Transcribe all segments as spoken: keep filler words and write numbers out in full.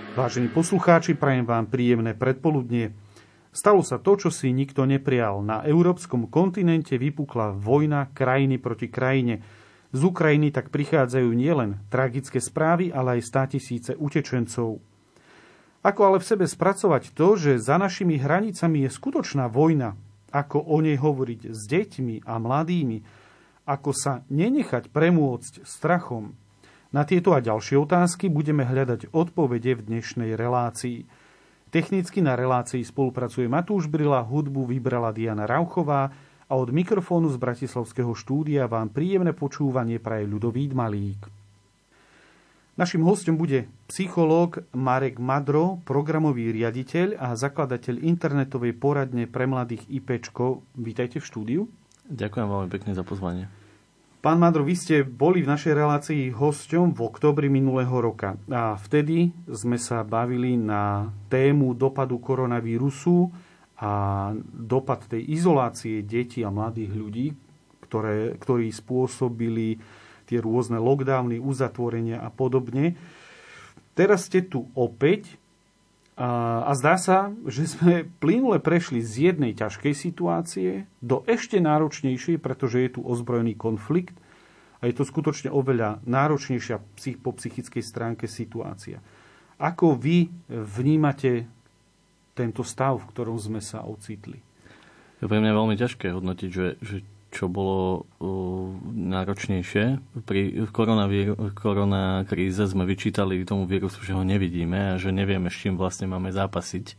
Vážení poslucháči, prajem vám príjemné predpoludnie. Stalo sa to, čo si nikto neprial. Na európskom kontinente vypukla vojna krajiny proti krajine. Z Ukrajiny tak prichádzajú nielen tragické správy, ale aj státisíce utečencov. Ako ale v sebe spracovať to, že za našimi hranicami je skutočná vojna? Ako o nej hovoriť s deťmi a mladými? Ako sa nenechať premôcť strachom? Na tieto a ďalšie otázky budeme hľadať odpovede v dnešnej relácii. Technicky na relácii spolupracuje Matúš Brila, hudbu vybrala Diana Rauchová a od mikrofónu z bratislavského štúdia vám príjemné počúvanie praje Ľudovít Malík. Naším hostom bude psychológ Marek Madro, programový riaditeľ a zakladateľ internetovej poradne pre mladých IPčko. Vítajte v štúdiu. Ďakujem veľmi pekne za pozvanie. Pán Madro, vy ste boli v našej relácii hosťom v októbri minulého roka a vtedy sme sa bavili na tému dopadu koronavírusu a dopad tej izolácie detí a mladých ľudí, ktoré, ktorí spôsobili tie rôzne lockdowny, uzatvorenia a podobne. Teraz ste tu opäť a, a zdá sa, že sme plynule prešli z jednej ťažkej situácie do ešte náročnejšej, pretože je tu ozbrojený konflikt a je to skutočne oveľa náročnejšia po psychickej stránke situácia. Ako vy vnímate tento stav, v ktorom sme sa ocitli? Je pre mňa veľmi ťažké hodnotiť, že, že čo bolo uh, náročnejšie. Pri koronakríze sme vyčítali tomu vírusu, že ho nevidíme a že nevieme, s čím vlastne máme zápasiť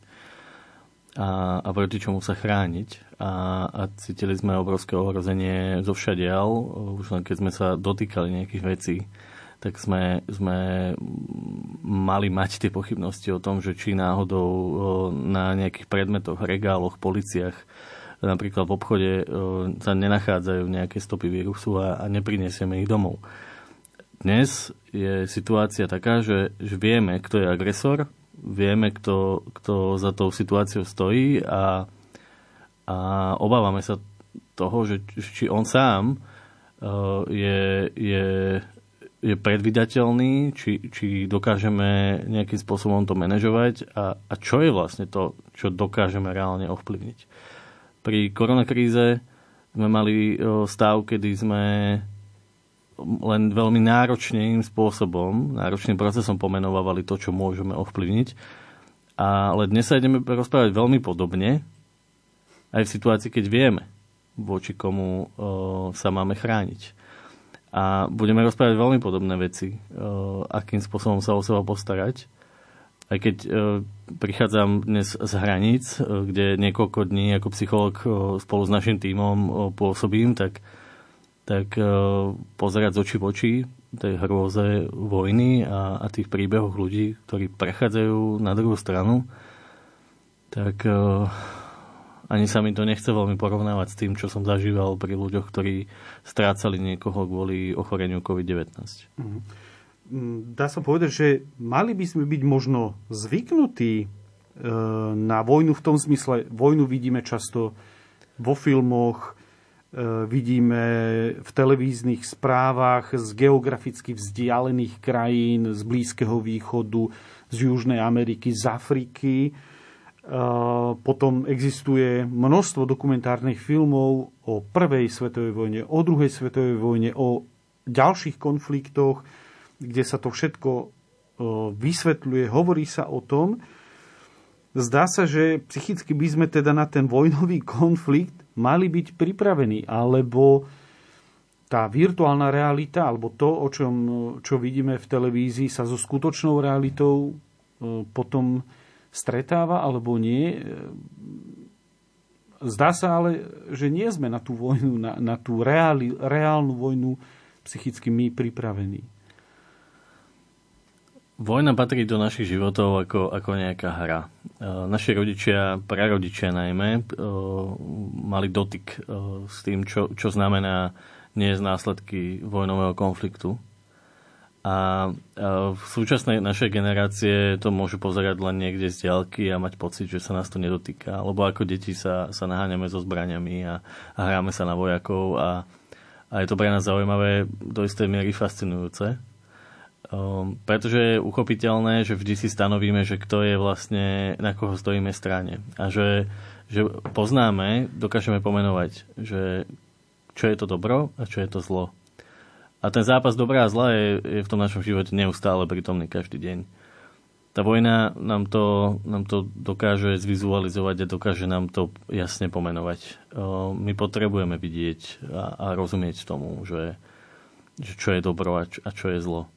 a, a proti čomu sa chrániť. A, a cítili sme obrovské ohrozenie zo všadiaľ. Už len keď sme sa dotýkali nejakých vecí, tak sme, sme mali mať tie pochybnosti o tom, že či náhodou uh, na nejakých predmetoch, regáloch, policiách, napríklad v obchode sa nenachádzajú nejaké stopy vírusu a, a neprinesieme ich domov. Dnes je situácia taká, že, že vieme, kto je agresor, vieme, kto, kto za tou situáciou stojí a, a obávame sa toho, že či on sám je, je, je predvydateľný, či, či dokážeme nejakým spôsobom to manažovať a, a čo je vlastne to, čo dokážeme reálne ovplyvniť. Pri koronakríze sme mali stav, kedy sme len veľmi náročným spôsobom, náročným procesom pomenovávali to, čo môžeme ovplyvniť. Ale dnes sa ideme rozprávať veľmi podobne, aj v situácii, keď vieme, voči komu sa máme chrániť. A budeme rozprávať veľmi podobné veci, akým spôsobom sa o seba postarať. Aj keď e, prichádzam dnes z hraníc, e, kde niekoľko dní ako psychológ e, spolu s našim tímom e, pôsobím, tak, tak e, pozerať z očí v oči tej hrôze vojny a, a tých príbehoch ľudí, ktorí prechádzajú na druhú stranu, tak e, ani sa mi to nechce veľmi porovnávať s tým, čo som zažíval pri ľuďoch, ktorí strácali niekoho kvôli ochoreniu covid devätnásť. Mm. Dá sa povedať, že mali by sme byť možno zvyknutí na vojnu v tom zmysle. Vojnu vidíme často vo filmoch, vidíme v televíznych správach z geograficky vzdialených krajín, z Blízkeho východu, z Južnej Ameriky, z Afriky. Potom existuje množstvo dokumentárnych filmov o prvej svetovej vojne, o druhej svetovej vojne, o ďalších konfliktoch, kde sa to všetko vysvetľuje, hovorí sa o tom. Zdá sa, že psychicky by sme teda na ten vojnový konflikt mali byť pripravení, alebo tá virtuálna realita, alebo to, o čom, čo vidíme v televízii, sa so skutočnou realitou potom stretáva, alebo nie. Zdá sa ale, že nie sme na tú vojnu, na, na tú reáli, reálnu vojnu psychicky my pripravení. Vojna patrí do našich životov ako, ako nejaká hra. Naši rodičia, prarodičia najmä, mali dotyk s tým, čo, čo znamená niesť následky vojnového konfliktu. A v súčasnej našej generácie to môžu pozerať len niekde z diaľky a mať pocit, že sa nás to nedotýka. Lebo ako deti sa, sa naháňame so zbraňami a, a hráme sa na vojakov a, a je to pre nás zaujímavé, do istej miery fascinujúce. Um, pretože je uchopiteľné, že vždy si stanovíme, že kto je vlastne, na koho stojíme strane. A že, že poznáme, dokážeme pomenovať, že čo je to dobro a čo je to zlo. A ten zápas dobrá a zla je, je v tom našom živote neustále prítomný každý deň. Tá vojna nám to, nám to dokáže zvizualizovať a dokáže nám to jasne pomenovať. My potrebujeme vidieť a, a rozumieť tomu, že, že čo je dobro a čo, a čo je zlo.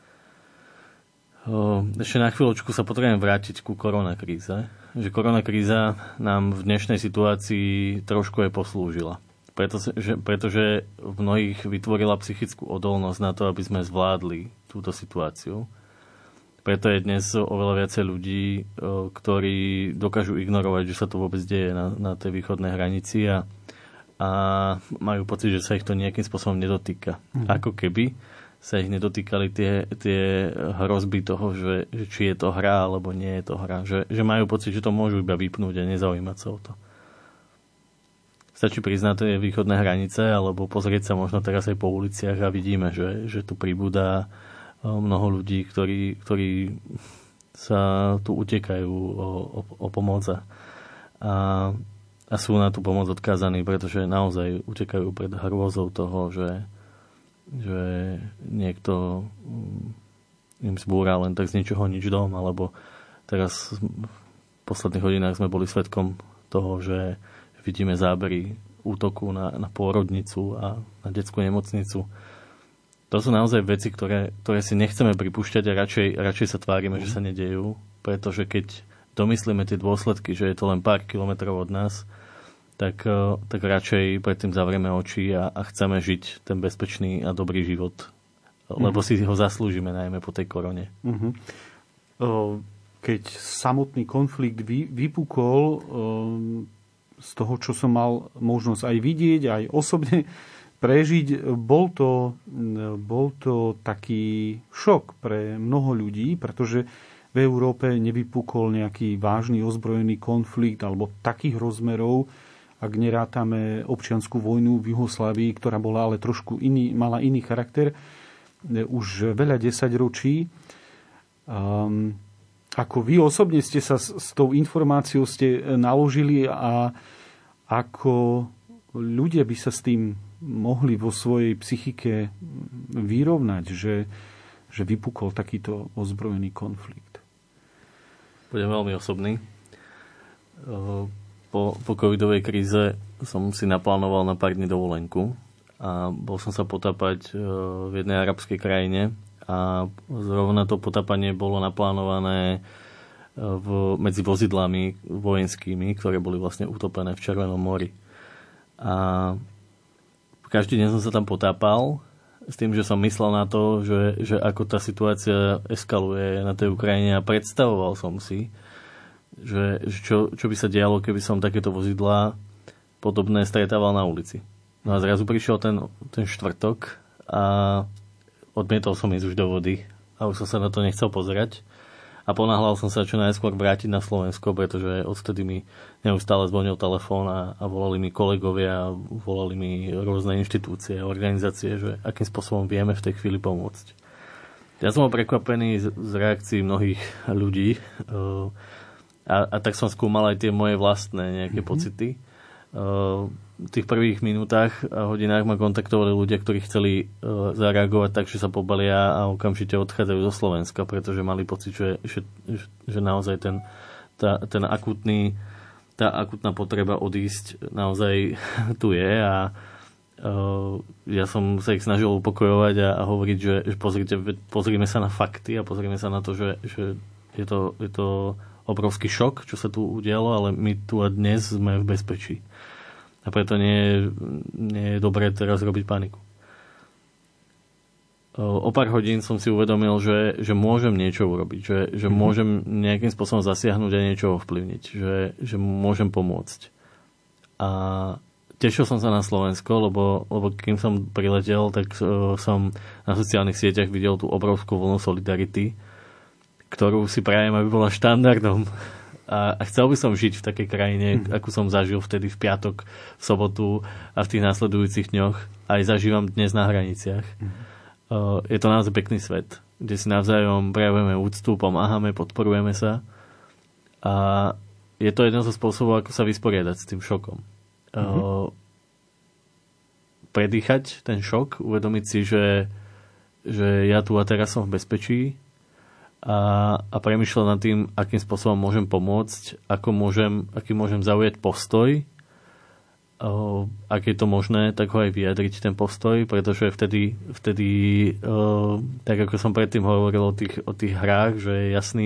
Ešte na chvíľočku sa potrebujem vrátiť ku koronakríze. Že koronakríza nám v dnešnej situácii trošku aj poslúžila. Pretože, pretože v mnohých vytvorila psychickú odolnosť na to, aby sme zvládli túto situáciu. Preto je dnes oveľa viacej ľudí, ktorí dokážu ignorovať, že sa to vôbec deje na, na tej východnej hranici a, a majú pocit, že sa ich to nejakým spôsobom nedotýka. Mhm. Ako keby sa ich nedotýkali tie, tie hrozby toho, že, že či je to hra, alebo nie je to hra. Že, že majú pocit, že to môžu iba vypnúť a nezaujímať sa o to. Stačí priznať tie východné hranice, alebo pozrieť sa možno teraz aj po uliciach a vidíme, že, že tu pribúda mnoho ľudí, ktorí, ktorí sa tu utekajú o, o, o pomoc a, a sú na tú pomoc odkázaní, pretože naozaj utekajú pred hrôzou toho, že, že niekto im zbúra len tak z ničoho nič dom, alebo teraz v posledných hodinách sme boli svedkom toho, že vidíme zábery útoku na, na pôrodnicu a na detskú nemocnicu. To sú naozaj veci, ktoré, ktoré si nechceme pripúšťať a radšej, radšej sa tvárime, že sa nedejú, pretože keď domyslíme tie dôsledky, že je to len pár kilometrov od nás, tak, tak radšej predtým zavrieme oči a, a chceme žiť ten bezpečný a dobrý život, lebo mm. si ho zaslúžime najmä po tej korone. Mm-hmm. Keď samotný konflikt vy, vypukol, z toho, čo som mal možnosť aj vidieť, aj osobne prežiť, bol to, bol to taký šok pre mnoho ľudí, pretože v Európe nevypukol nejaký vážny ozbrojený konflikt alebo takých rozmerov, ak nerátame občiansku vojnu v Juhoslávii, ktorá bola ale trošku iný, mala iný charakter, už veľa desaťročí. Um, Ako vy osobne ste sa s, s tou informáciou ste naložili a ako ľudia by sa s tým mohli vo svojej psychike vyrovnať, že, že vypukol takýto ozbrojený konflikt? Budem veľmi osobný. Po, po covidovej kríze som si naplánoval na pár dní dovolenku a bol som sa potápať v jednej arabskej krajine. A zrovna to potápanie bolo naplánované v, medzi vozidlami vojenskými, ktoré boli vlastne utopené v Červenom mori. A každý deň som sa tam potápal s tým, že som myslel na to, že, že ako tá situácia eskaluje na tej Ukrajine a predstavoval som si, že čo, čo by sa dialo, keby som takéto vozidlá podobné stretával na ulici. No a zrazu prišiel ten, ten štvrtok a odmietol som ísť už do vody a už som sa na to nechcel pozerať. A ponáhľal som sa čo najskôr vrátiť na Slovensko, pretože odtedy mi neustále zvonil telefón a, a volali mi kolegovia, a volali mi rôzne inštitúcie, organizácie, že akým spôsobom vieme v tej chvíli pomôcť. Ja som bol prekvapený z, z reakcií mnohých ľudí a, a tak som skúmal aj tie moje vlastné nejaké mm-hmm. pocity. V tých prvých minútach a hodinách ma kontaktovali ľudia, ktorí chceli zareagovať tak, že sa pobalia a okamžite odchádzajú zo Slovenska, pretože mali pocit, že, že, že naozaj ten, tá, ten akútny, tá akútna potreba odísť naozaj tu je a ja som sa ich snažil upokojovať a, a hovoriť, že, že pozrite, pozrime sa na fakty a pozrime sa na to, že, že je, to, je to obrovský šok, čo sa tu udialo, ale my tu a dnes sme v bezpečí. A preto nie je, nie je dobré teraz robiť paniku. O pár hodín som si uvedomil, že, že môžem niečo urobiť, že, že mm-hmm. môžem nejakým spôsobom zasiahnuť a niečo ovplyvniť, že, že môžem pomôcť. A tešil som sa na Slovensko, lebo, lebo kým som priletel, tak som na sociálnych sieťach videl tú obrovskú vlnu solidarity, ktorú si prajem, aby bola štandardom. A, a chcel by som žiť v takej krajine, mm. akú som zažil vtedy v piatok, v sobotu a v tých následujúcich dňoch. Aj zažívam dnes na hraniciach. Mm. Uh, je to naozaj pekný svet. kde si navzájom prejavujeme úctu, pomáhame, podporujeme sa. A je to jeden zo spôsobov, ako sa vysporiadať s tým šokom. Mm-hmm. Predýchať ten šok, uvedomiť si, že, že ja tu a teraz som v bezpečí a, a premýšľať nad tým, akým spôsobom môžem pomôcť, ako môžem, aký môžem zaujať postoj, uh, ak je to možné, tak ho aj vyjadriť ten postoj, pretože vtedy, vtedy uh, tak ako som predtým hovoril o tých, o tých hrách, že je jasný,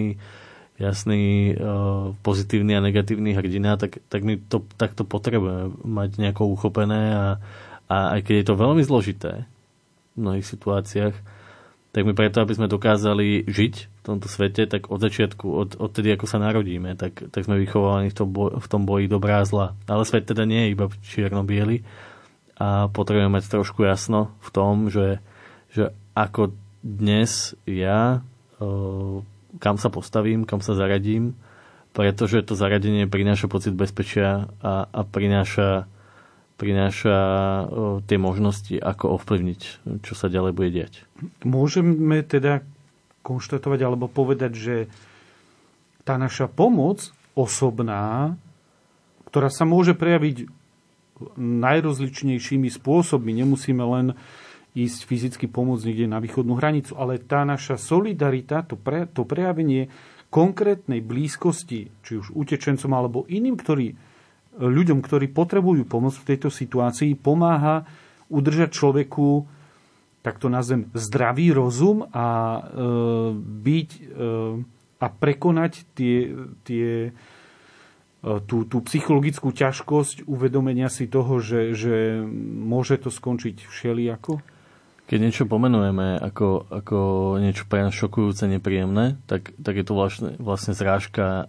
jasný uh, pozitívny a negatívny hrdina, tak, tak my to takto potrebujeme mať nejako uchopené a, a aj keď je to veľmi zložité v mnohých situáciách, tak my preto, aby sme dokázali žiť v tomto svete, tak od začiatku, od, od tedy, ako sa narodíme, tak, tak sme vychovávaní v tom, boj, v tom boji dobrá a zla. Ale svet teda nie je iba čierno-biely a potrebujeme mať trošku jasno v tom, že, že ako dnes ja, uh, kam sa postavím, kam sa zaradím, pretože to zaradenie prináša pocit bezpečia a, a prináša prináša o, tie možnosti, ako ovplyvniť, čo sa ďalej bude diať. Môžeme teda konštatovať alebo povedať, že tá naša pomoc osobná, ktorá sa môže prejaviť najrozličnejšími spôsobmi, nemusíme len ísť fyzicky pomôcť niekde na východnú hranicu, ale tá naša solidarita, to, pre, to prejavenie konkrétnej blízkosti, či už utečencom alebo iným, ktorí ľuďom, ktorí potrebujú pomoc v tejto situácii, pomáha udržať človeku, tak to nazvem, zdravý rozum a e, byť e, a prekonať tie, tie, e, tú, tú psychologickú ťažkosť uvedomenia si toho, že, že môže to skončiť všelijako? Keď niečo pomenujeme ako, ako niečo pre nás šokujúce, nepríjemné, tak, tak je to vlastne, vlastne zrážka e,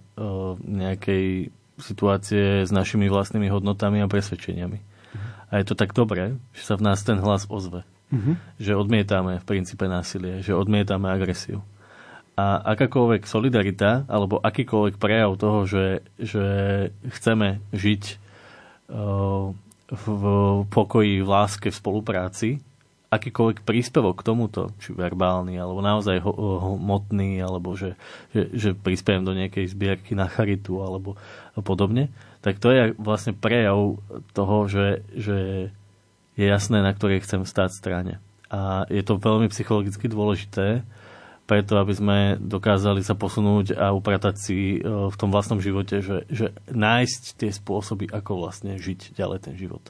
nejakej situácie s našimi vlastnými hodnotami a presvedčeniami. Uh-huh. A je to tak dobré, že sa v nás ten hlas ozve. Uh-huh. Že odmietame v princípe násilie, že odmietame agresiu. A akákoľvek solidarita, alebo akýkoľvek prejav toho, že, že chceme žiť uh, v pokoji, v láske, v spolupráci, akýkoľvek príspevok k tomuto, či verbálny, alebo naozaj hmotný, alebo že, že, že prispiejem do nejakej zbierky na charitu, alebo podobne, tak to je vlastne prejav toho, že, že je jasné, na ktorej chcem stáť strane. A je to veľmi psychologicky dôležité, preto aby sme dokázali sa posunúť a upratať si v tom vlastnom živote, že, že nájsť tie spôsoby, ako vlastne žiť ďalej ten život.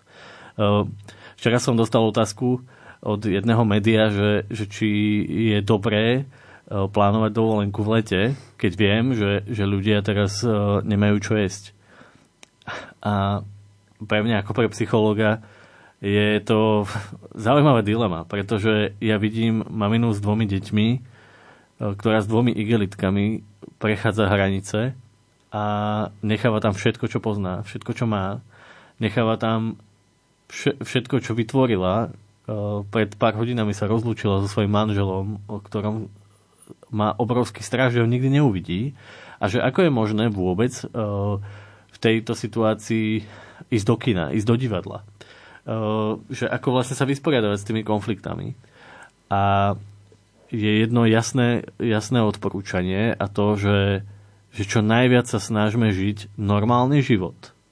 Včera som dostal otázku od jedného média, že, že či je dobré plánovať dovolenku v lete, keď viem, že, že ľudia teraz nemajú čo jesť. A pre mňa ako pre psychológa je to zaujímavá dilema, pretože ja vidím maminu s dvomi deťmi, ktorá s dvomi igelitkami prechádza hranice a necháva tam všetko, čo pozná, všetko, čo má. Necháva tam všetko, čo vytvorila. Pred pár hodinami sa rozlúčila so svojím manželom, o ktorom má obrovský strach, že ho nikdy neuvidí. A že ako je možné vôbec v tejto situácii ísť do kina, ísť do divadla. Že ako vlastne sa vysporiadavať s tými konfliktami. A je jedno jasné, jasné odporúčanie a to, že, že čo najviac sa snažíme žiť normálny život.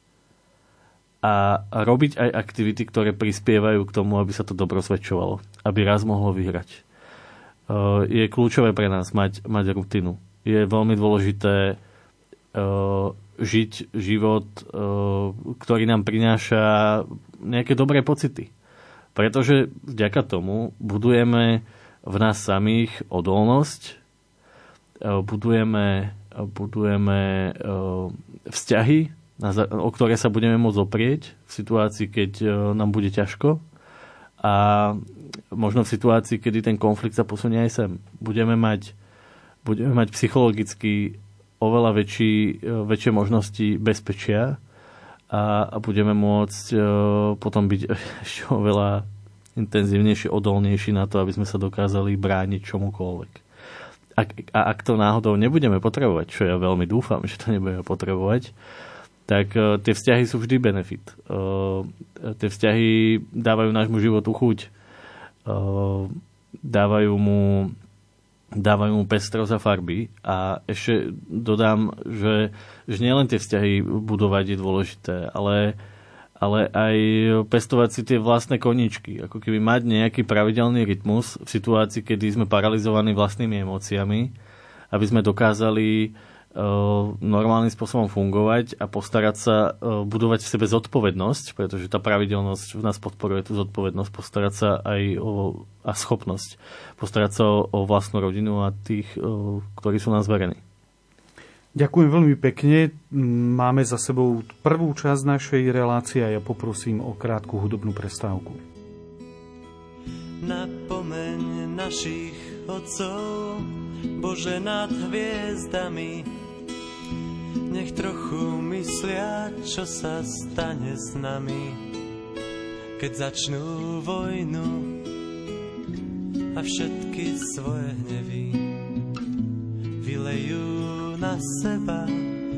A robiť aj aktivity, ktoré prispievajú k tomu, aby sa to dobro svedčovalo. Aby raz mohlo vyhrať. Je kľúčové pre nás mať, mať rutinu. Je veľmi dôležité žiť život, ktorý nám prináša nejaké dobré pocity. Pretože vďaka tomu budujeme v nás samých odolnosť, budujeme, budujeme vzťahy, o ktoré sa budeme môcť oprieť v situácii, keď nám bude ťažko a možno v situácii, kedy ten konflikt sa posunie aj sem. Budeme mať, budeme mať psychologicky oveľa väčší, väčšie možnosti bezpečia a, a budeme môcť potom byť ešte oveľa intenzívnejšie, odolnejší na to, aby sme sa dokázali brániť čomukoľvek. Ak, a ak to náhodou nebudeme potrebovať, čo ja veľmi dúfam, že to nebudeme potrebovať, tak uh, tie vzťahy sú vždy benefit. Uh, tie vzťahy dávajú nášmu životu chuť. Uh, dávajú mu dávajú mu pestrosť a farby. A ešte dodám, že, že nielen tie vzťahy budovať je dôležité, ale, ale aj pestovať si tie vlastné koníčky. Ako keby mať nejaký pravidelný rytmus v situácii, kedy sme paralizovaní vlastnými emóciami, aby sme dokázali normálnym spôsobom fungovať a postarať sa budovať v sebe zodpovednosť, pretože tá pravidelnosť v nás podporuje tú zodpovednosť, postarať sa aj o a schopnosť postarať sa o, o vlastnú rodinu a tých, o, ktorí sú nás verení. Ďakujem veľmi pekne. Máme za sebou prvú časť našej relácie a ja poprosím o krátku hudobnú prestávku. Napomeň našich otcov, Bože nad hviezdami, nech trochu myslia, čo sa stane s nami, keď začnú vojnu a všetky svoje hnevy vylejú na seba.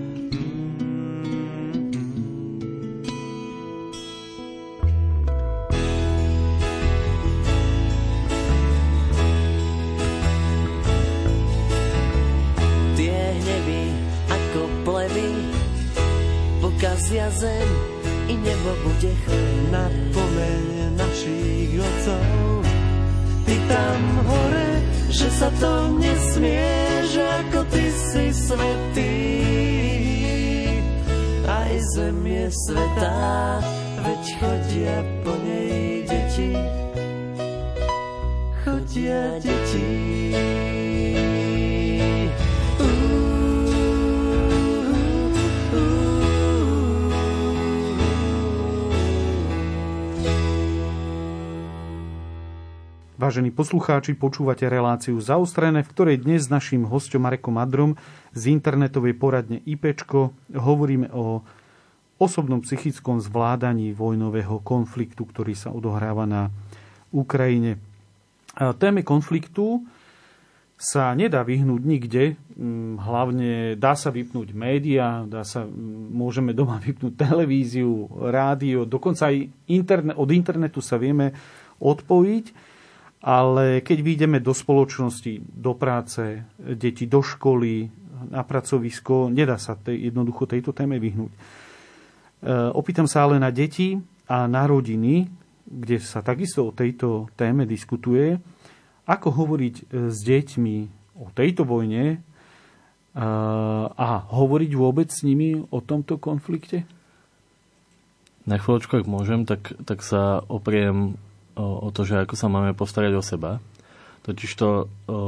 Pokazia zem i nebo bude chleb. Napomeň našich otcov, ty tam hore, že sa to nesmie, že ako ty si svätý. Aj zem je svätá, veď chodia po nej deti. Chodia deti. Vážení poslucháči, počúvate reláciu Zaostrené, v ktorej dnes s naším hosťom Marekom Madrom z internetovej poradne IPčko hovoríme o osobnom psychickom zvládaní vojnového konfliktu, ktorý sa odohráva na Ukrajine. A téme konfliktu sa nedá vyhnúť nikde, hlavne dá sa vypnúť médiá, dá sa, môžeme doma vypnúť televíziu, rádio, dokonca aj internet, od internetu sa vieme odpojiť. Ale keď vyjdeme do spoločnosti, do práce, deti do školy, na pracovisko, nedá sa tej, jednoducho tejto téme vyhnúť. E, opýtam sa ale na deti a na rodiny, kde sa takisto o tejto téme diskutuje. Ako hovoriť s deťmi o tejto vojne e, a hovoriť vôbec s nimi o tomto konflikte? Na chvíľočku, ak môžem, tak, tak sa opriem o to, že ako sa máme postarať o seba. Totižto o,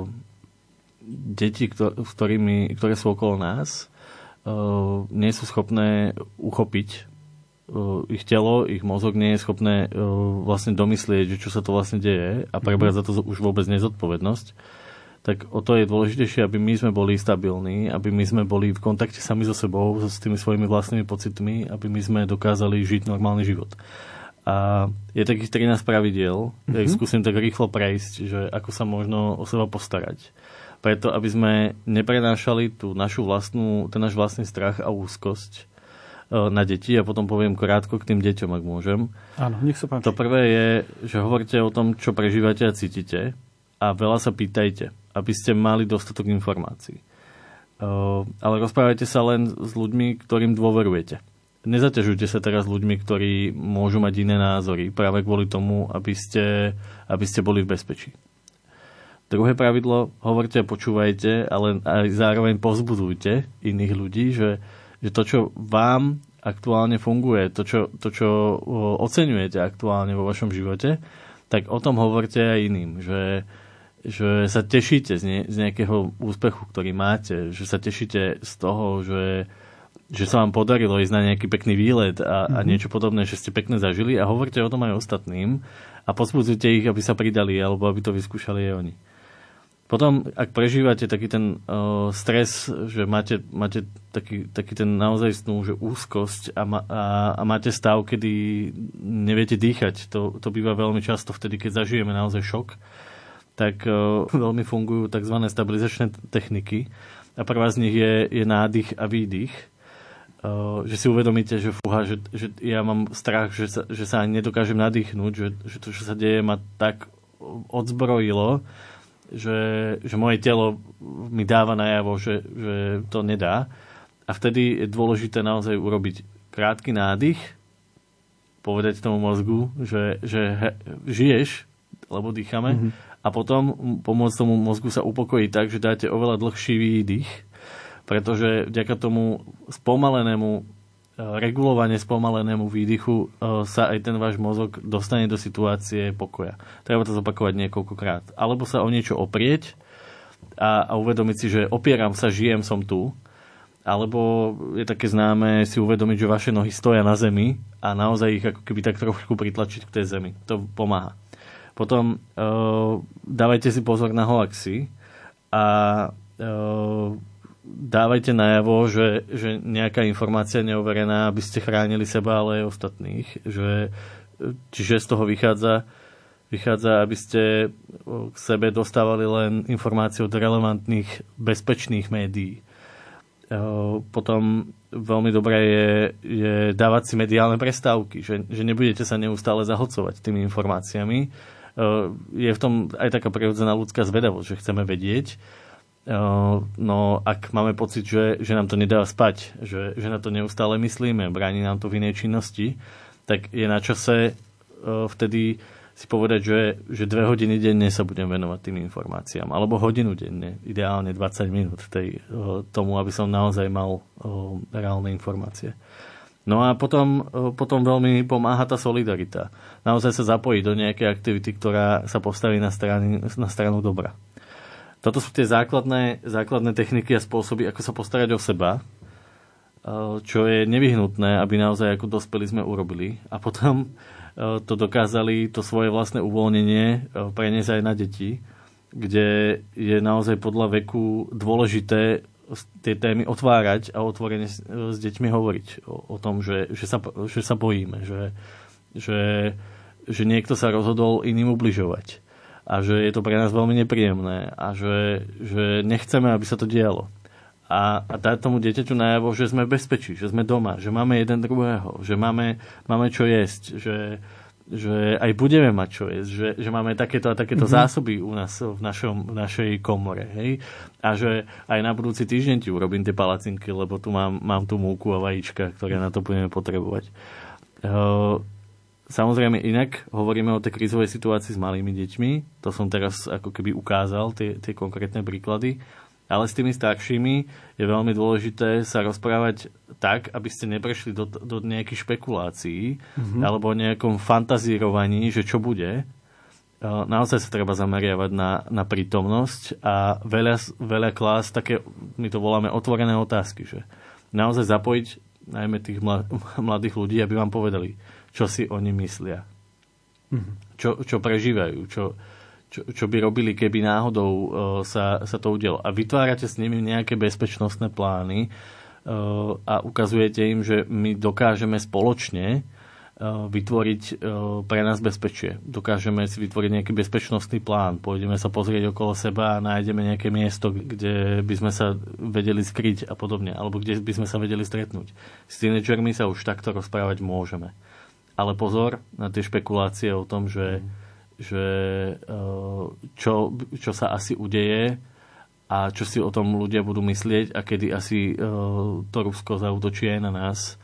deti, ktor- ktorými, ktoré sú okolo nás, o, nie sú schopné uchopiť o, ich telo, ich mozog nie je schopné o, vlastne domyslieť, že čo sa to vlastne deje a prebrať za to už vôbec nezodpovednosť. Tak o to je dôležitejšie, aby my sme boli stabilní, aby my sme boli v kontakte sami so sebou, s tými svojimi vlastnými pocitmi, aby my sme dokázali žiť normálny život. A je takých trinásť pravidiel, mm-hmm. ja ich skúsim tak rýchlo prejsť, že ako sa možno o seba postarať. Preto, aby sme neprenášali tú našu vlastnú, ten náš vlastný strach a úzkosť na deti. A potom poviem krátko k tým deťom, ak môžem. Áno, nech sa páči. To prvé je, že hovorte o tom, čo prežívate a cítite a veľa sa pýtajte, aby ste mali dostatok informácií. Ale rozprávajte sa len s ľuďmi, ktorým dôverujete. Nezaťažujte sa teraz ľuďmi, ktorí môžu mať iné názory, práve kvôli tomu, aby ste, aby ste boli v bezpečí. Druhé pravidlo, hovorte a počúvajte, ale aj zároveň povzbudzujte iných ľudí, že, že to, čo vám aktuálne funguje, to čo, to, čo oceňujete aktuálne vo vašom živote, tak o tom hovorte aj iným, že, že sa tešíte z, ne, z nejakého úspechu, ktorý máte, že sa tešíte z toho, že že sa vám podarilo ísť na nejaký pekný výlet a, mm-hmm. a niečo podobné, že ste pekne zažili a hovorte o tom aj ostatným a povzbudzujte ich, aby sa pridali alebo aby to vyskúšali aj oni. Potom, ak prežívate taký ten uh, stres, že máte, máte taký, taký ten naozajstnú že úzkosť a, ma, a, a máte stav, kedy neviete dýchať, to, to býva veľmi často vtedy, keď zažijeme naozaj šok, tak uh, veľmi fungujú tzv. Stabilizačné techniky a prvá z nich je, je nádych a výdych. Uh, že si uvedomíte, že fúha, že, že ja mám strach, že sa, že sa ani nedokážem nadýchnúť, že, že to, čo sa deje, ma tak odzbrojilo, že, že moje telo mi dáva najavo, že, že to nedá. A vtedy je dôležité naozaj urobiť krátky nádych, povedať tomu mozgu, že, že he, žiješ, lebo dýchame, mm-hmm. a potom pomôcť tomu mozgu sa upokojiť tak, že dáte oveľa dlhší výdych, pretože vďaka tomu spomalenému, regulovanie spomalenému výdychu sa aj ten váš mozog dostane do situácie pokoja. Treba to zopakovať niekoľkokrát. Alebo sa o niečo oprieť a, a uvedomiť si, že opieram sa, žijem, som tu. Alebo je také známe si uvedomiť, že vaše nohy stoja na zemi a naozaj ich ako keby tak trošku pritlačiť k tej zemi. To pomáha. Potom uh, dávajte si pozor na hoaxy a uh, dávajte najavo, že, že nejaká informácia neoverená, aby ste chránili seba, ale aj ostatných. Že, čiže z toho vychádza, vychádza, aby ste k sebe dostávali len informácie od relevantných, bezpečných médií. Potom veľmi dobré je, je dávať si mediálne prestávky, že, že nebudete sa neustále zahlcovať tými informáciami. Je v tom aj taká prirodzená ľudská zvedavosť, že chceme vedieť. No ak máme pocit, že, že nám to nedá spať, že, že na to neustále myslíme, bráni nám to v inej činnosti, tak je na čase vtedy si povedať, že, že dve hodiny denne sa budem venovať tým informáciám. Alebo hodinu denne, ideálne dvadsať minút tej, tomu, aby som naozaj mal o, reálne informácie. No a potom, potom veľmi pomáha tá solidarita. Naozaj sa zapojiť do nejakej aktivity, ktorá sa postaví na, strany, na stranu dobra. Toto sú tie základné, základné techniky a spôsoby, ako sa postarať o seba, čo je nevyhnutné, aby naozaj ako dospelí sme urobili. A potom to dokázali to svoje vlastné uvoľnenie preniesť aj na deti, kde je naozaj podľa veku dôležité tie témy otvárať a otvorene s deťmi hovoriť o, o tom, že, že, sa, že sa bojíme, že, že, že niekto sa rozhodol iným ubližovať a že je to pre nás veľmi nepríjemné a že, že nechceme, aby sa to dialo. A, a dať tomu dieťaťu najavo, že sme v bezpečí, že sme doma, že máme jeden druhého, že máme, máme čo jesť, že, že aj budeme mať čo jesť, že, že máme takéto a takéto mm-hmm. zásoby u nás v, našom, v našej komore. Hej? A že aj na budúci týždeň ti urobím tie palacinky, lebo tu mám, mám tu múku a vajíčka, ktoré na to budeme potrebovať. Uh, Samozrejme, inak hovoríme o tej krízovej situácii s malými deťmi. To som teraz ako keby ukázal, tie, tie konkrétne príklady. Ale s tými staršími je veľmi dôležité sa rozprávať tak, aby ste neprešli do, do nejakých špekulácií mm-hmm. alebo nejakom fantazírovaní, že čo bude. Naozaj sa treba zameriavať na, na prítomnosť a veľa, veľa klásť také, my to voláme otvorené otázky. Že naozaj zapojiť najmä tých mladých ľudí, aby vám povedali, čo si oni myslia. Mm-hmm. Čo, čo prežívajú, čo... Čo, čo by robili, keby náhodou uh, sa, sa to udialo. A vytvárate s nimi nejaké bezpečnostné plány uh, a ukazujete im, že my dokážeme spoločne uh, vytvoriť uh, pre nás bezpečie. Dokážeme si vytvoriť nejaký bezpečnostný plán. Pôjdeme sa pozrieť okolo seba a nájdeme nejaké miesto, kde by sme sa vedeli skryť a podobne. Alebo kde by sme sa vedeli stretnúť. S tínedžermi sa už takto rozprávať môžeme. Ale pozor na tie špekulácie o tom, že že čo, čo sa asi udeje a čo si o tom ľudia budú myslieť a kedy asi to Rusko zaútočí aj na nás.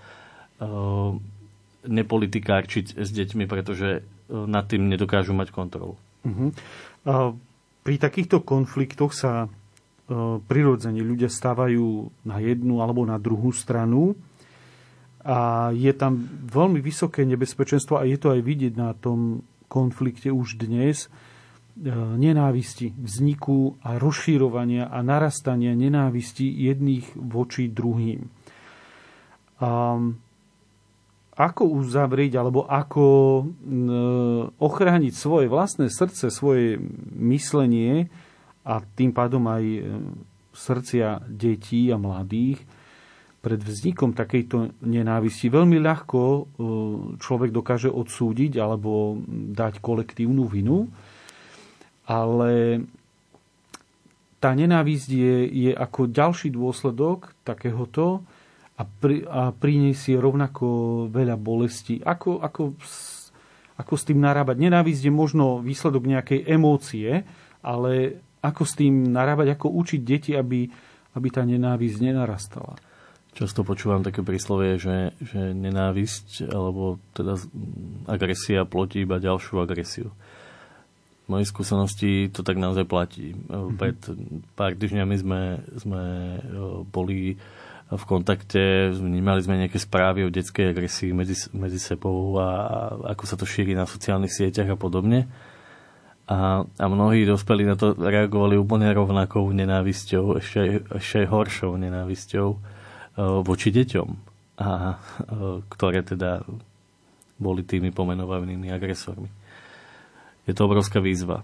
Nepolitikárčiť s deťmi, pretože nad tým nedokážu mať kontrolu. Uh-huh. Pri takýchto konfliktoch sa prirodzene ľudia stávajú na jednu alebo na druhú stranu a je tam veľmi vysoké nebezpečenstvo a je to aj vidieť na tom konflikte už dnes, nenávisti, vzniku a rozširovania a narastania nenávisti jedných voči druhým. A ako uzavrieť alebo ako ochrániť svoje vlastné srdce, svoje myslenie a tým pádom aj srdcia detí a mladých pred vznikom takejto nenávisti. Veľmi ľahko človek dokáže odsúdiť alebo dať kolektívnu vinu, ale tá nenávisť je, je ako ďalší dôsledok takéhoto a, pri, a priniesie rovnako veľa bolesti. Ako, ako, ako s tým narábať? Nenávisť je možno výsledok nejakej emócie, ale ako s tým narábať, ako učiť deti, aby, aby tá nenávisť nenarastala. Často počúvam také príslovie, že, že nenávisť alebo teda agresia plotí iba ďalšiu agresiu. V mojej skúsenosti to tak naozaj platí. Mm-hmm. Pred pár týždňami sme, sme boli v kontakte, vnímali sme nejaké správy o detskej agresii medzi, medzi sebou a, a ako sa to šíri na sociálnych sieťach a podobne. A, a mnohí dospelí na to reagovali úplne rovnakou nenávisťou, ešte, ešte aj horšou nenávisťou voči deťom, a, ktoré teda boli tými pomenovanými agresormi. Je to obrovská výzva.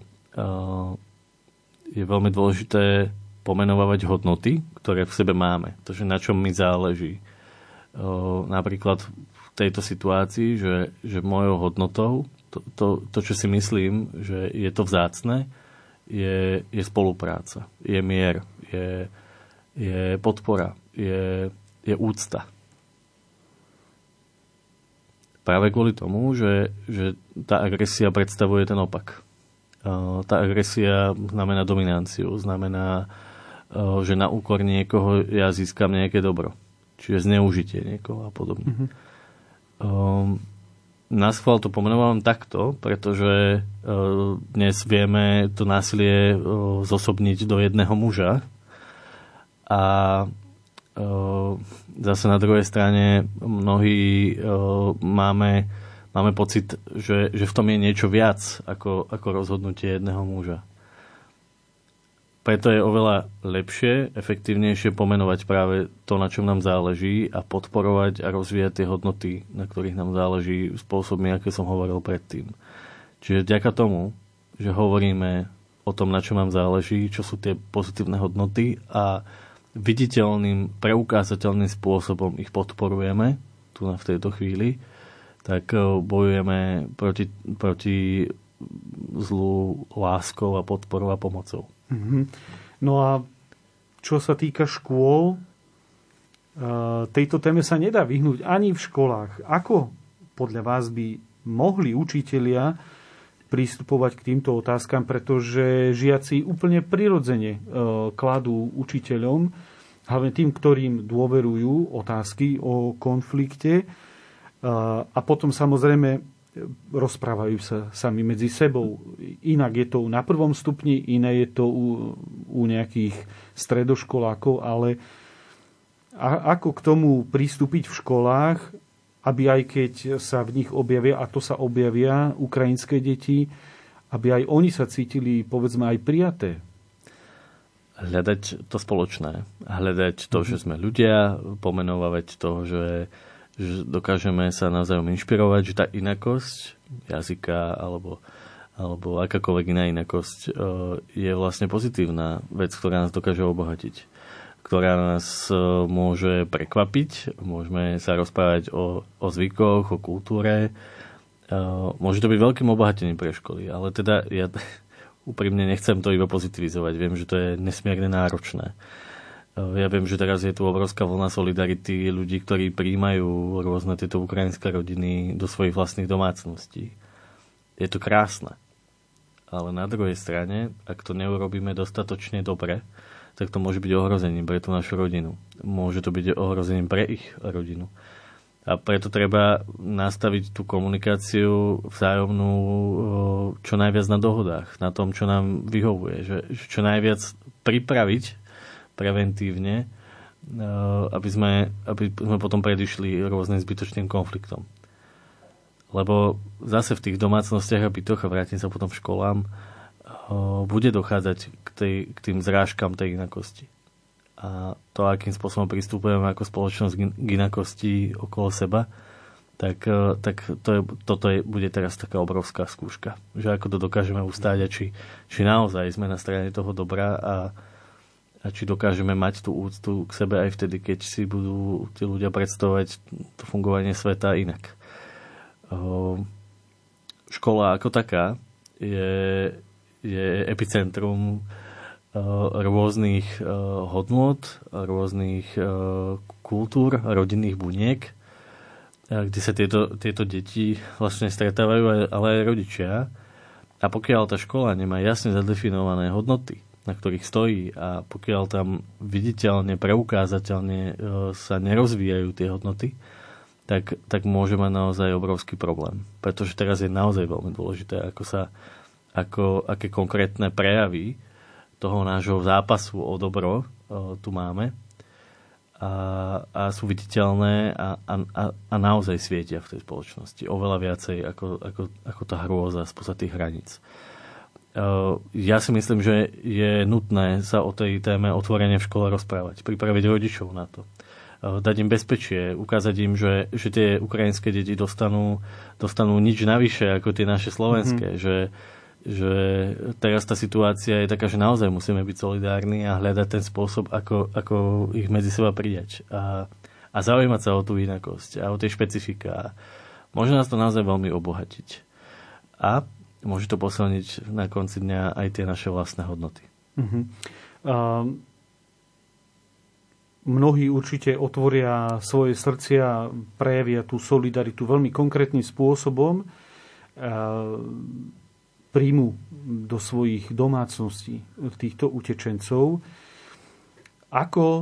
Je veľmi dôležité pomenovať hodnoty, ktoré v sebe máme. To, že na čom mi záleží. Napríklad v tejto situácii, že, že mojou hodnotou, to, to, to, čo si myslím, že je to vzácne, je, je spolupráca, je mier, je, je podpora, je, je úcta. Práve kvôli tomu, že, že tá agresia predstavuje ten opak. Tá agresia znamená dominanciu, znamená, že na úkor niekoho ja získam nejaké dobro. Čiže zneužitie niekoho a podobne. Mm-hmm. Um, Naschvál to pomenovávam takto, pretože uh, dnes vieme to násilie uh, zosobniť do jedného muža a uh, zase na druhej strane mnohí uh, máme, máme pocit, že, že v tom je niečo viac ako, ako rozhodnutie jedného muža. Preto je oveľa lepšie, efektívnejšie pomenovať práve to, na čom nám záleží a podporovať a rozvíjať tie hodnoty, na ktorých nám záleží spôsobmi, aké som hovoril predtým. Čiže vďaka tomu, že hovoríme o tom, na čom nám záleží, čo sú tie pozitívne hodnoty a viditeľným, preukázateľným spôsobom ich podporujeme tu v tejto chvíli, tak bojujeme proti, proti zlu láskou a podporou a pomocou. Mm-hmm. No a čo sa týka škôl, tejto téme sa nedá vyhnúť ani v školách. Ako podľa vás by mohli učitelia pristupovať k týmto otázkam, pretože žiaci úplne prirodzene kladú učiteľom, hlavne tým, ktorým dôverujú otázky o konflikte, a potom samozrejme rozprávajú sa sami medzi sebou. Inak je to na prvom stupni, iné je to u, u nejakých stredoškolákov, ale a, ako k tomu pristúpiť v školách, aby aj keď sa v nich objavia, a to sa objavia ukrajinské deti, aby aj oni sa cítili, povedzme, aj prijaté? Hľadať to spoločné. Hľadať to, že sme ľudia, pomenovať to, že že dokážeme sa navzájom inšpirovať, že tá inakosť jazyka alebo, alebo akákoľvek iná inakosť je vlastne pozitívna vec, ktorá nás dokáže obohatiť, ktorá nás môže prekvapiť, môžeme sa rozprávať o, o zvykoch, o kultúre, môže to byť veľkým obohatením pre školy, ale teda ja úprimne nechcem to iba pozitivizovať, viem, že to je nesmierne náročné. Ja viem, že teraz je tu obrovská vlna solidarity ľudí, ktorí prijímajú rôzne tieto ukrajinské rodiny do svojich vlastných domácností. Je to krásne. Ale na druhej strane, ak to neurobíme dostatočne dobre, tak to môže byť ohrozením pre tú našu rodinu. Môže to byť ohrozením pre ich rodinu. A preto treba nastaviť tú komunikáciu vzájomnú čo najviac na dohodách, na tom, čo nám vyhovuje. Že čo najviac pripraviť preventívne, aby sme, aby sme potom predišli rôznym zbytočným konfliktom. Lebo zase v tých domácnostiach a bytoch, a vrátim sa potom v školám, bude dochádzať k, tej, k tým zrážkam tej inakosti. A to, akým spôsobom pristupujeme ako spoločnosť k inakosti okolo seba, tak, tak to je, toto je, bude teraz taká obrovská skúška. Že ako to dokážeme ustáť a či, či naozaj sme na strane toho dobra a a či dokážeme mať tú úctu k sebe aj vtedy, keď si budú tí ľudia predstavovať to fungovanie sveta inak. Škola ako taká je, je epicentrum rôznych hodnôt, rôznych kultúr, rodinných buniek, kde sa tieto, tieto deti vlastne stretávajú, ale aj rodičia. A pokiaľ tá škola nemá jasne zadefinované hodnoty, na ktorých stojí, a pokiaľ tam viditeľne, preukázateľne sa nerozvíjajú tie hodnoty, tak, tak môže mať naozaj obrovský problém. Pretože teraz je naozaj veľmi dôležité, ako sa, ako, aké konkrétne prejavy toho nášho zápasu o dobro tu máme a, a sú viditeľné a, a, a naozaj svietia v tej spoločnosti. Oveľa viacej ako, ako, ako tá hrôza spoza tých hraníc. Ja si myslím, že je nutné sa o tej téme otvorene v škole rozprávať, pripraviť rodičov na to, dať im bezpečie, ukázať im, že, že tie ukrajinské deti dostanú, dostanú nič navyše ako tie naše slovenské, mm-hmm. že, že teraz tá situácia je taká, že naozaj musíme byť solidárni a hľadať ten spôsob, ako, ako ich medzi seba pridať a, a zaujímať sa o tú inakosť a o tej špecifika. Môže nás to naozaj veľmi obohatiť. A môže to posilniť na konci dňa aj tie naše vlastné hodnoty. Uh-huh. Uh, mnohí určite otvoria svoje srdcia, prejavia tú solidaritu veľmi konkrétnym spôsobom, uh, príjmu do svojich domácností týchto utečencov. Ako uh,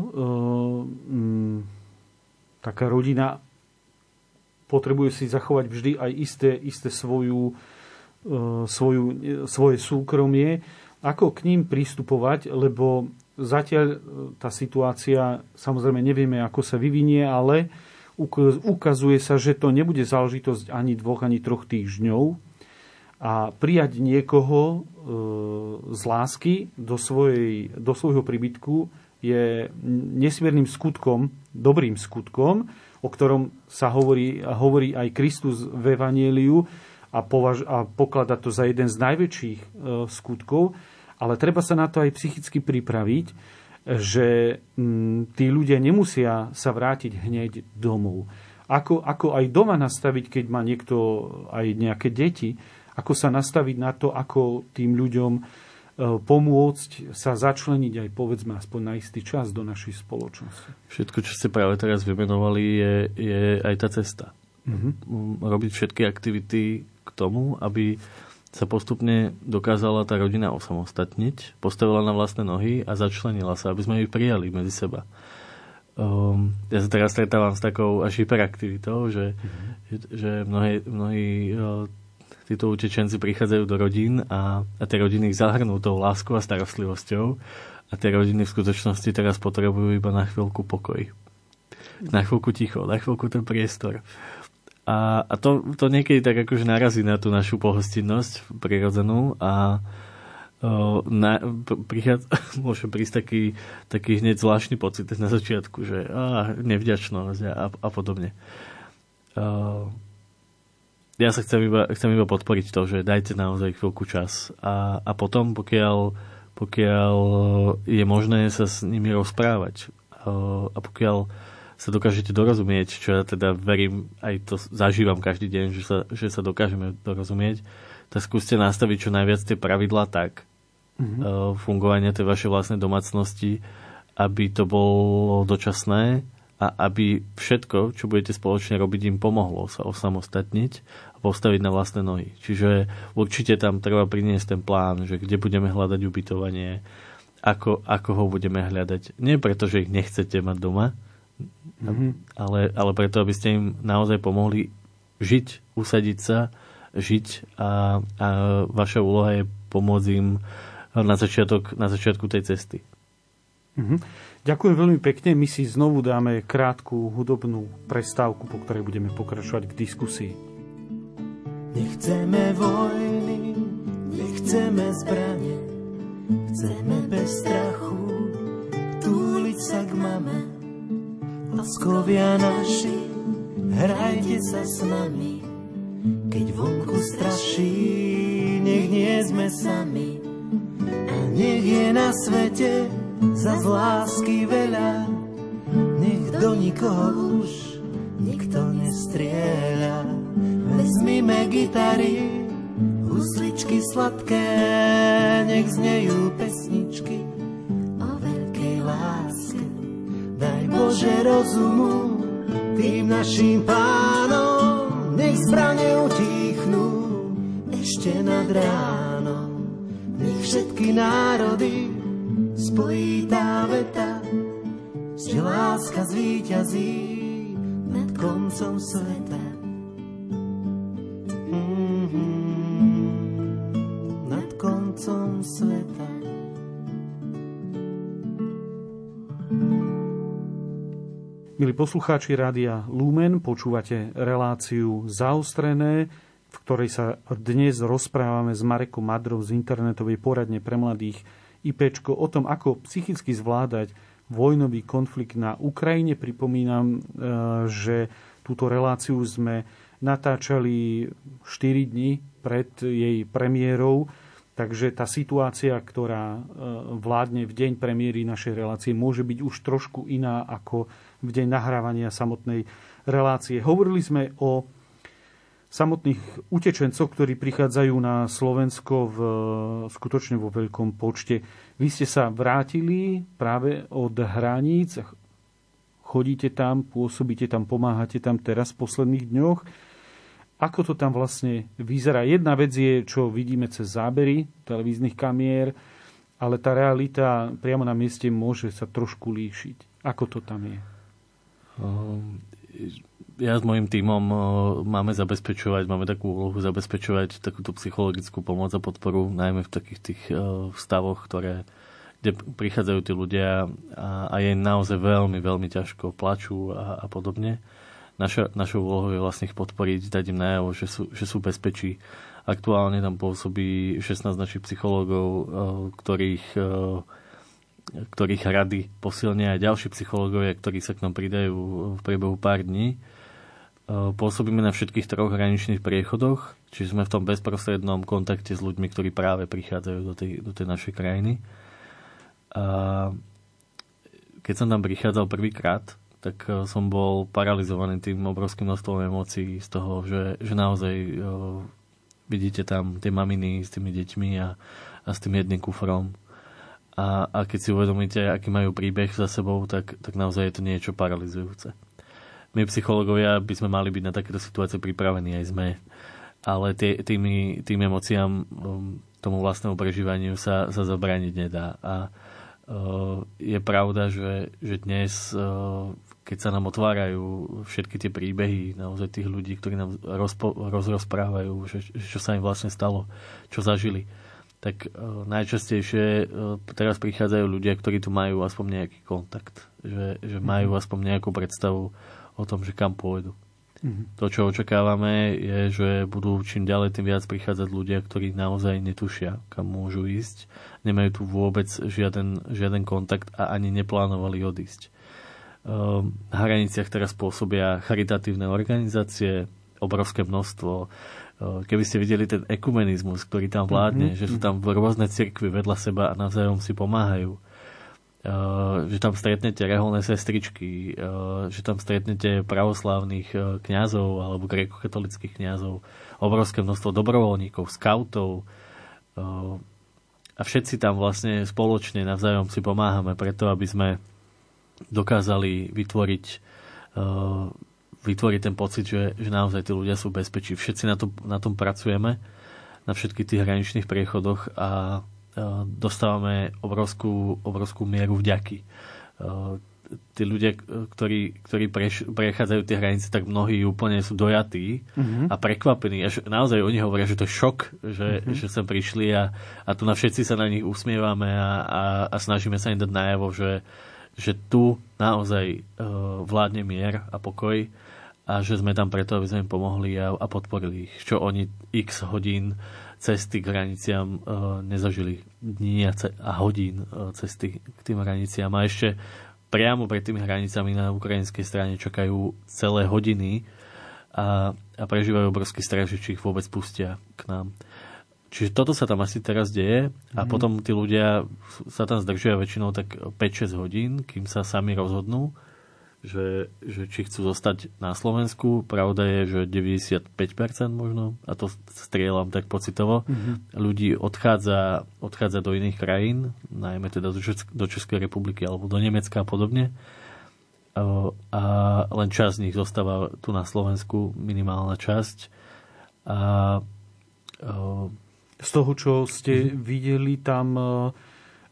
um, taká rodina potrebuje si zachovať vždy aj isté, isté svoju Svoju, svoje súkromie, ako k ním pristupovať, lebo zatiaľ tá situácia, samozrejme nevieme, ako sa vyvinie, ale ukazuje sa, že to nebude záležitosť ani dvoch, ani troch týždňov a prijať niekoho z lásky do, svojej, do svojho príbytku je nesmiernym skutkom, dobrým skutkom, o ktorom sa hovorí, hovorí aj Kristus v Evanjeliu, a, považ- a pokladá to za jeden z najväčších e, skutkov, ale treba sa na to aj psychicky pripraviť, že m, tí ľudia nemusia sa vrátiť hneď domov. Ako, ako aj doma nastaviť, keď má niekto aj nejaké deti, ako sa nastaviť na to, ako tým ľuďom e, pomôcť sa začleniť aj povedzme aspoň na istý čas do našej spoločnosti. Všetko, čo ste práve teraz vymenovali, je, je aj tá cesta. Mm-hmm. Robiť všetky aktivity k tomu, aby sa postupne dokázala tá rodina osamostatniť, postavila na vlastné nohy a začlenila sa, aby sme ju prijali medzi seba. Um, ja sa teraz stretávam s takou až hyperaktivitou, že, mm-hmm. že, že mnohí, mnohí uh, títo utečenci prichádzajú do rodín a, a tie rodiny ich zahrnú tou láskou a starostlivosťou a tie rodiny v skutočnosti teraz potrebujú iba na chvíľku pokoj. Na chvíľku ticho, na chvíľku ten priestor. A, a to, to niekedy tak akože narazí na tú našu pohostinnosť prirodzenú a o, na, prichádza, môže prísť taký, taký hneď zvláštny pocit na začiatku, že á, nevďačnosť a, a podobne. O, ja sa chcem iba, chcem iba podporiť to, že dajte naozaj chvíľku čas a, a potom, pokiaľ, pokiaľ je možné sa s nimi rozprávať o, a pokiaľ sa dokážete dorozumieť, čo ja teda verím, aj to zažívam každý deň, že sa, že sa dokážeme dorozumieť, tak skúste nastaviť čo najviac tie pravidlá tak, mm-hmm. uh, fungovania tej vašej vlastnej domácnosti, aby to bolo dočasné a aby všetko, čo budete spoločne robiť, im pomohlo sa osamostatniť a postaviť na vlastné nohy. Čiže určite tam treba priniesť ten plán, že kde budeme hľadať ubytovanie, ako, ako ho budeme hľadať. Nie preto, že ich nechcete mať doma, Mm-hmm. ale, ale preto, aby ste im naozaj pomohli žiť, usadiť sa, žiť a, a vaša úloha je pomôcť im na, začiatok, na začiatku tej cesty. Mm-hmm. Ďakujem veľmi pekne. My si znovu dáme krátku hudobnú prestávku, po ktorej budeme pokračovať v diskusii. Nechceme vojny, nechceme zbrane, chceme bez strachu túliť sa k mame. Láskovia naši, hrajte sa s nami, keď vonku straší, nech nie sme sami. A nech je na svete zas lásky veľa, nech do nikoho už nikto nestrieľa. Vezmime gitary, husličky sladké, nech znejú pesničky o veľkej láske. Daj Bože rozumu tým našim pánom, nech zbrane utíchnú ešte nad ránom. Nech všetky národy spojí tá veta, že láska zvíťazí nad koncom sveta. Mm-hmm. Nad koncom sveta. Milí poslucháči Rádia Lumen, počúvate reláciu Zaostrené, v ktorej sa dnes rozprávame s Marekom Madrou z internetovej poradne pre mladých IPčko o tom, ako psychicky zvládať vojnový konflikt na Ukrajine. Pripomínam, že túto reláciu sme natáčali štyri dni pred jej premiérou, takže tá situácia, ktorá vládne v deň premiéry našej relácie, môže byť už trošku iná ako v deň nahrávania samotnej relácie. Hovorili sme o samotných utečencoch, ktorí prichádzajú na Slovensko v, skutočne vo veľkom počte. Vy ste sa vrátili práve od hraníc, chodíte tam, pôsobíte tam, pomáhate tam teraz v posledných dňoch. Ako to tam vlastne vyzerá? Jedna vec je, čo vidíme cez zábery televíznych kamier, ale tá realita priamo na mieste môže sa trošku líšiť. Ako to tam je? Ja s mojím tímom máme zabezpečovať, máme takú úlohu zabezpečovať takúto psychologickú pomoc a podporu, najmä v takých tých stavoch, ktoré, kde prichádzajú tí ľudia a, a je naozaj veľmi, veľmi ťažko, plačú a, a podobne. Naša, našou úlohou je vlastne ich podporiť, dať im najavo, že sú, že sú bezpečí. Aktuálne tam pôsobí šestnásť našich psychológov, ktorých ktorých rady posilnia aj ďalší psychológovia, ktorí sa k nám pridajú v priebehu pár dní. Pôsobíme na všetkých troch hraničných priechodoch, čiže sme v tom bezprostrednom kontakte s ľuďmi, ktorí práve prichádzajú do tej, do tej našej krajiny. A keď som tam prichádzal prvýkrát, tak som bol paralizovaný tým obrovským množstvom emócií z toho, že, že naozaj vidíte tam tie maminy s tými deťmi a, a s tým jedným kufrom. A, a keď si uvedomíte, aký majú príbeh za sebou, tak, tak naozaj je to niečo paralizujúce. My psychológovia by sme mali byť na takéto situácie pripravení, aj sme. Ale tie, tými, tým emóciám, tomu vlastnému prežívaniu sa, sa zabrániť nedá. A uh, je pravda, že, že dnes, uh, keď sa nám otvárajú všetky tie príbehy naozaj tých ľudí, ktorí nám rozpo, rozrozprávajú, že, čo sa im vlastne stalo, čo zažili, tak uh, najčastejšie uh, teraz prichádzajú ľudia, ktorí tu majú aspoň nejaký kontakt. Že, že majú aspoň nejakú predstavu o tom, že kam pôjdu. Mm-hmm. To, čo očakávame, je, že budú čím ďalej, tým viac prichádzať ľudia, ktorí naozaj netušia, kam môžu ísť. Nemajú tu vôbec žiaden, žiaden kontakt a ani neplánovali odísť. Uh, na hraniciach teraz pôsobia charitatívne organizácie, obrovské množstvo. Keby ste videli ten ekumenizmus, ktorý tam vládne, mm-hmm. že sú tam rôzne cirkvy vedľa seba a navzájom si pomáhajú. Uh, že tam stretnete reholné sestričky, uh, že tam stretnete pravoslávnych uh, kňazov alebo grékokatolických kňazov, obrovské množstvo dobrovoľníkov, skautov uh, a všetci tam vlastne spoločne navzájom si pomáhame preto, aby sme dokázali vytvoriť uh, vytvoriť ten pocit, že, že naozaj tí ľudia sú bezpečí. Všetci na, to, na tom pracujeme, na všetkých tých hraničných priechodoch a dostávame obrovskú, obrovskú mieru vďaky. Tí ľudia, ktorí, ktorí preš, prechádzajú tie hranice, tak mnohí úplne sú dojatí mm-hmm. a prekvapení. Až naozaj oni hovoria, že to je šok, že, mm-hmm. že sem prišli a, a tu na všetci sa na nich usmievame a, a, a snažíme sa im dať najavo, že, že tu naozaj uh, vládne mier a pokoj a že sme tam preto, aby sme im pomohli a, a podporili ich. Čo oni x hodín cesty k hraniciam e, nezažili, dní a, ce- a hodín e, cesty k tým hraniciam. A ešte priamo pred tými hranicami na ukrajinskej strane čakajú celé hodiny a, a prežívajú obrovský strach, že či ich vôbec pustia k nám. Čiže toto sa tam asi teraz deje a mm. potom tí ľudia sa tam zdržia väčšinou tak päť šesť hodín, kým sa sami rozhodnú, Že, že či chcú zostať na Slovensku. Pravda je, že deväťdesiatpäť percent možno, a to strieľam tak pocitovo, mm-hmm. ľudí odchádza, odchádza do iných krajín, najmä teda do, Česk- do Českej republiky alebo do Nemecka a podobne. A len časť z nich zostáva tu na Slovensku, minimálna časť. A, z toho, čo ste mm-hmm. videli tam,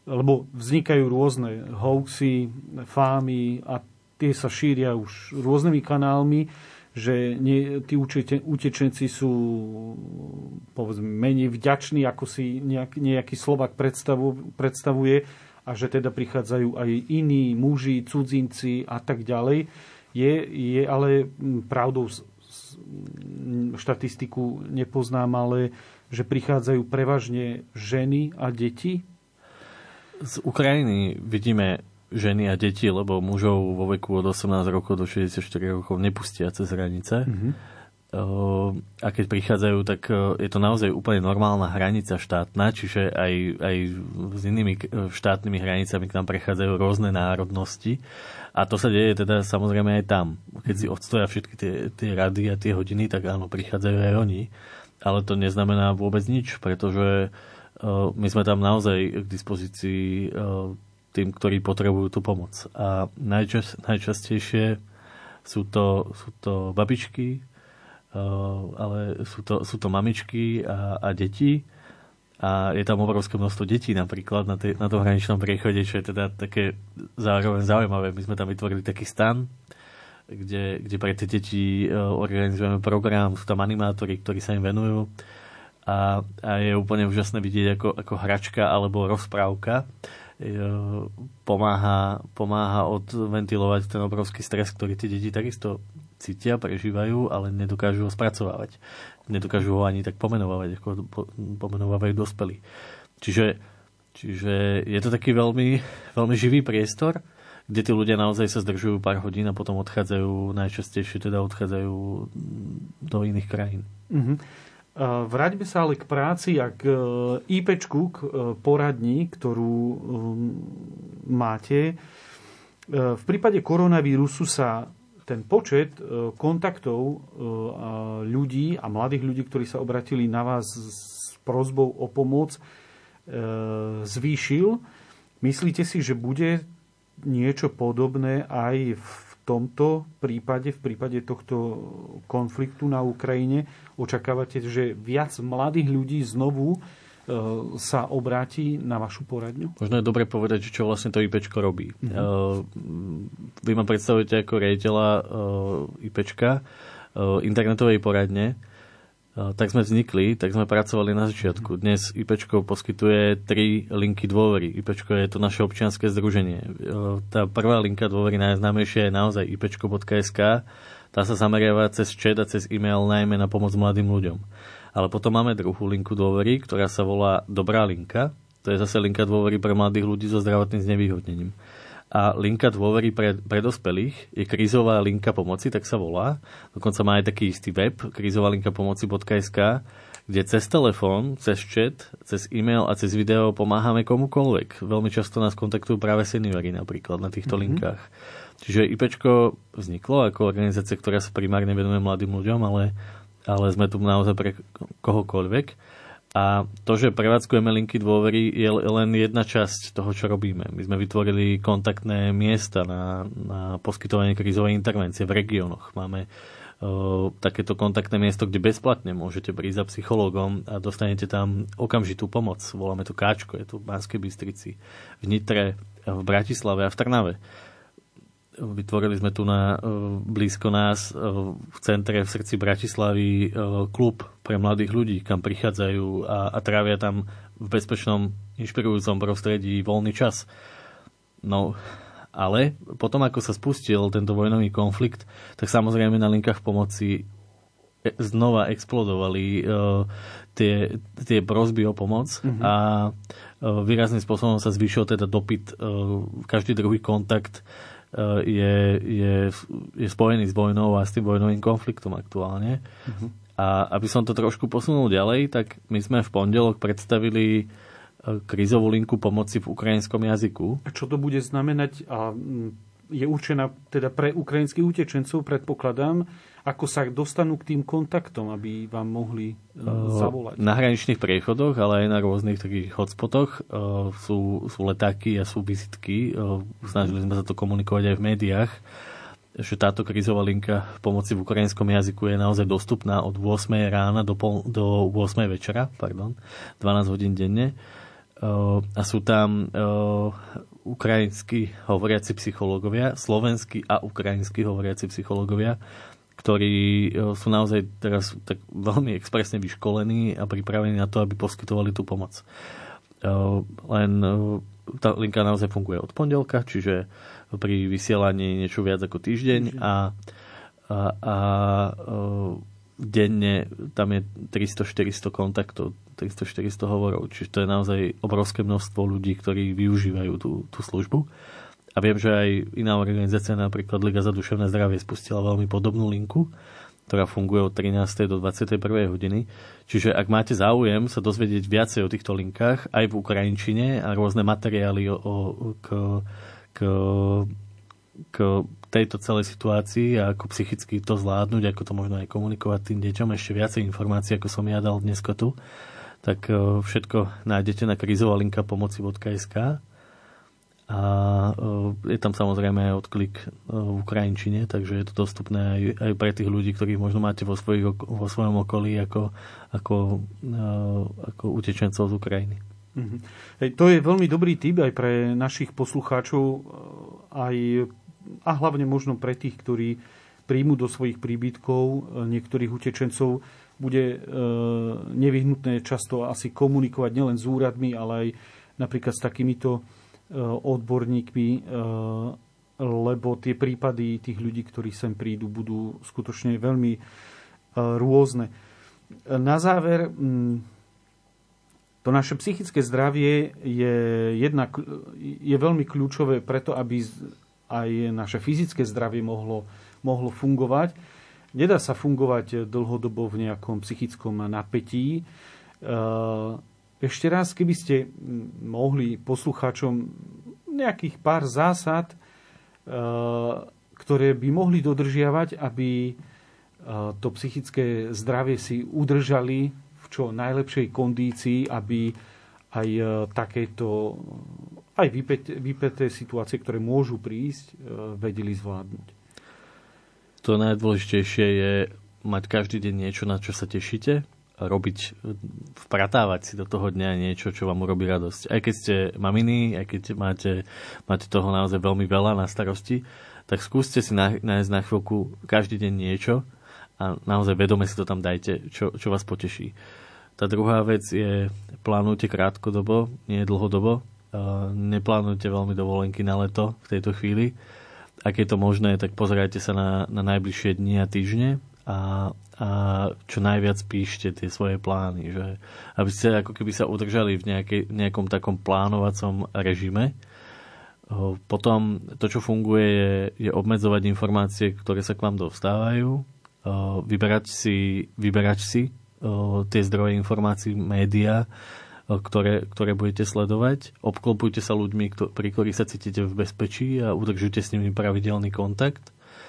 lebo vznikajú rôzne hoaxy, fámy a tie sa šíria už rôznymi kanálmi, že nie, tí utečenci sú povedzme menej vďační, ako si nejak, nejaký Slovák predstavu, predstavuje, a že teda prichádzajú aj iní muži, cudzinci a tak ďalej. Je, je ale pravdou, štatistiku nepoznám, ale že prichádzajú prevažne ženy a deti? Z Ukrajiny vidíme ženy a deti, lebo mužov vo veku od osemnásť rokov do šesťdesiatštyri rokov nepustia cez hranice. Mm-hmm. A keď prichádzajú, tak je to naozaj úplne normálna hranica štátna, čiže aj, aj s inými štátnymi hranicami k nám prechádzajú rôzne národnosti. A to sa deje teda samozrejme aj tam. Keď si odstoja všetky tie, tie rady a tie hodiny, tak áno, prichádzajú aj oni. Ale to neznamená vôbec nič, pretože my sme tam naozaj k dispozícii tým, ktorí potrebujú tú pomoc. A najčas, najčastejšie sú to, sú to babičky, ale sú to, sú to mamičky a, a deti. A je tam obrovské množstvo detí napríklad na, tej, na tom hraničnom priechode, čo je teda také zároveň zaujímavé. My sme tam vytvorili taký stan, kde, kde pre tie deti organizujeme program, sú tam animátori, ktorí sa im venujú. A, a je úplne úžasné vidieť, ako, ako hračka alebo rozprávka pomáha, pomáha odventilovať ten obrovský stres, ktorý tie deti takisto cítia, prežívajú, ale nedokážu ho spracovávať. Nedokážu ho ani tak pomenovať, ako pomenovávajú dospelí. Čiže, čiže je to taký veľmi, veľmi živý priestor, kde tí ľudia naozaj sa zdržujú pár hodín a potom odchádzajú, najčastejšie teda odchádzajú do iných krajín. Mm-hmm. Vráťme sa ale k práci a k IPčku, k poradni, ktorú máte. V prípade koronavírusu sa ten počet kontaktov ľudí a mladých ľudí, ktorí sa obratili na vás s prosbou o pomoc, zvýšil. Myslíte si, že bude niečo podobné aj v tomto prípade, v prípade tohto konfliktu na Ukrajine? Očakávate, že viac mladých ľudí znovu sa obráti na vašu poradňu? Možno je dobre povedať, čo vlastne to IPčko robí. Mm-hmm. Vy ma predstavujete ako riaditeľa IPčka, internetovej poradne. Tak sme vznikli, tak sme pracovali na začiatku. Dnes IPčko poskytuje tri linky dôvery. IPčko je to naše občianske združenie. Tá prvá linka dôvery najznámejšia je naozaj ipčko bodka es ká. Tá sa zameriava cez chat a cez e-mail najmä na pomoc mladým ľuďom. Ale potom máme druhú linku dôvery, ktorá sa volá Dobrá linka. To je zase linka dôvery pre mladých ľudí so zdravotným znevýhodnením. A linka dôvery pre, pre dospelých je krízová linka pomoci, tak sa volá. Dokonca má aj taký istý web, krízová linka pomoci bodka es ká, kde cez telefón, cez chat, cez e-mail a cez video pomáhame komukoľvek. Veľmi často nás kontaktujú práve seniori napríklad na týchto mm-hmm. linkách. Čiže IPčko vzniklo ako organizácia, ktorá sa primárne venuje mladým ľuďom, ale, ale sme tu naozaj pre kohokoľvek. A to, že prevádzkujeme linky dôvery, je len jedna časť toho, čo robíme. My sme vytvorili kontaktné miesta na, na poskytovanie krízovej intervencie v regiónoch. Máme uh, takéto kontaktné miesto, kde bezplatne môžete prísť za psychológom a dostanete tam okamžitú pomoc. Voláme to Káčko, je to v Banskej Bystrici, v Nitre, v Bratislave a v Trnave. Vytvorili sme tu na, blízko nás v centre, v srdci Bratislavy klub pre mladých ľudí, kam prichádzajú a, a trávia tam v bezpečnom, inšpirujúcom prostredí voľný čas. No, ale potom, ako sa spustil tento vojnový konflikt, tak samozrejme na linkách pomoci znova explodovali uh, tie, tie prosby o pomoc mm-hmm. a uh, výrazným spôsobom sa zvýšil teda dopyt, uh, každý druhý kontakt Je, je, je spojený s vojnou a s tým vojnovým konfliktom aktuálne. Uh-huh. A aby som to trošku posunul ďalej, tak my sme v pondelok predstavili krízovú linku pomoci v ukrajinskom jazyku. A čo to bude znamenať? A je určená teda pre ukrajinských utečencov, predpokladám, ako sa dostanú k tým kontaktom, aby vám mohli uh, zavolať? Na hraničných priechodoch, ale aj na rôznych takých hotspotoch uh, sú, sú letáky a sú vizitky. Uh, snažili sme sa to komunikovať aj v médiách, že táto krízová linka pomoci v ukrajinskom jazyku je naozaj dostupná od ôsmej rána do, pol, do ôsmej večera, pardon, dvanásť hodín denne. a sú tam ukrajinsky hovoriaci psychológovia, slovenskí a ukrajinsky hovoriaci psychológovia, ktorí sú naozaj teraz tak veľmi expresne vyškolení a pripravení na to, aby poskytovali tú pomoc. Len tá linka naozaj funguje od pondelka, čiže pri vysielaní niečo viac ako týždeň a, a, a denne tam je tristo štyristo kontaktov, tristo štyristo hovorov, čiže to je naozaj obrovské množstvo ľudí, ktorí využívajú tú, tú službu. A viem, že aj iná organizácia, napríklad Liga za duševné zdravie, spustila veľmi podobnú linku, ktorá funguje od trinástej do dvadsiatej prvej hodiny. Čiže ak máte záujem sa dozvedieť viacej o týchto linkách, aj v ukrajinčine a rôzne materiály o, o, k, k, k tejto celej situácii a ako psychicky to zvládnuť, ako to možno aj komunikovať tým deťom, ešte viacej informácií, ako som ja dal dneska tu, tak všetko nájdete na krízová linka pomoci bodka es ká. A je tam samozrejme aj odklik v ukrajinčine, takže je to dostupné aj, aj pre tých ľudí, ktorých možno máte vo, svojich, vo svojom okolí ako, ako, ako utečencov z Ukrajiny. Mm-hmm. Hej, to je veľmi dobrý tip aj pre našich poslucháčov aj, a hlavne možno pre tých, ktorí príjmu do svojich príbytkov niektorých utečencov. Bude e, nevyhnutné často asi komunikovať nielen s úradmi, ale aj napríklad s takýmito odborníkmi, lebo tie prípady tých ľudí, ktorí sem prídu, budú skutočne veľmi rôzne. Na záver, to naše psychické zdravie je, jedna, je veľmi kľúčové preto, aby aj naše fyzické zdravie mohlo, mohlo fungovať. Nedá sa fungovať dlhodobo v nejakom psychickom napätí. Ešte raz, keby ste mohli poslucháčom nejakých pár zásad, ktoré by mohli dodržiavať, aby to psychické zdravie si udržali v čo najlepšej kondícii, aby aj takéto aj vypäté situácie, ktoré môžu prísť, vedeli zvládnuť. To najdôležitejšie je mať každý deň niečo, na čo sa tešíte, robiť, vpratávať si do toho dňa niečo, čo vám urobí radosť. Aj keď ste maminy, aj keď máte, máte toho naozaj veľmi veľa na starosti, tak skúste si nájsť na chvíľku každý deň niečo a naozaj vedome si to tam dajte, čo, čo vás poteší. Tá druhá vec je, plánujte krátkodobo, nie dlhodobo. Neplánujte veľmi dovolenky na leto v tejto chvíli. Ak je to možné, tak pozerajte sa na, na najbližšie dni a týždne a a čo najviac píšte tie svoje plány, že aby ste ako keby sa udržali v nejakej, nejakom takom plánovacom režime. Potom to, čo funguje, je, je obmedzovať informácie, ktoré sa k vám dostávajú, vyberať si, vyberať si tie zdroje informácií, médiá, ktoré, ktoré budete sledovať. Obklopujte sa ľuďmi, pri ktorých sa cítite v bezpečí a udržujte s nimi pravidelný kontakt.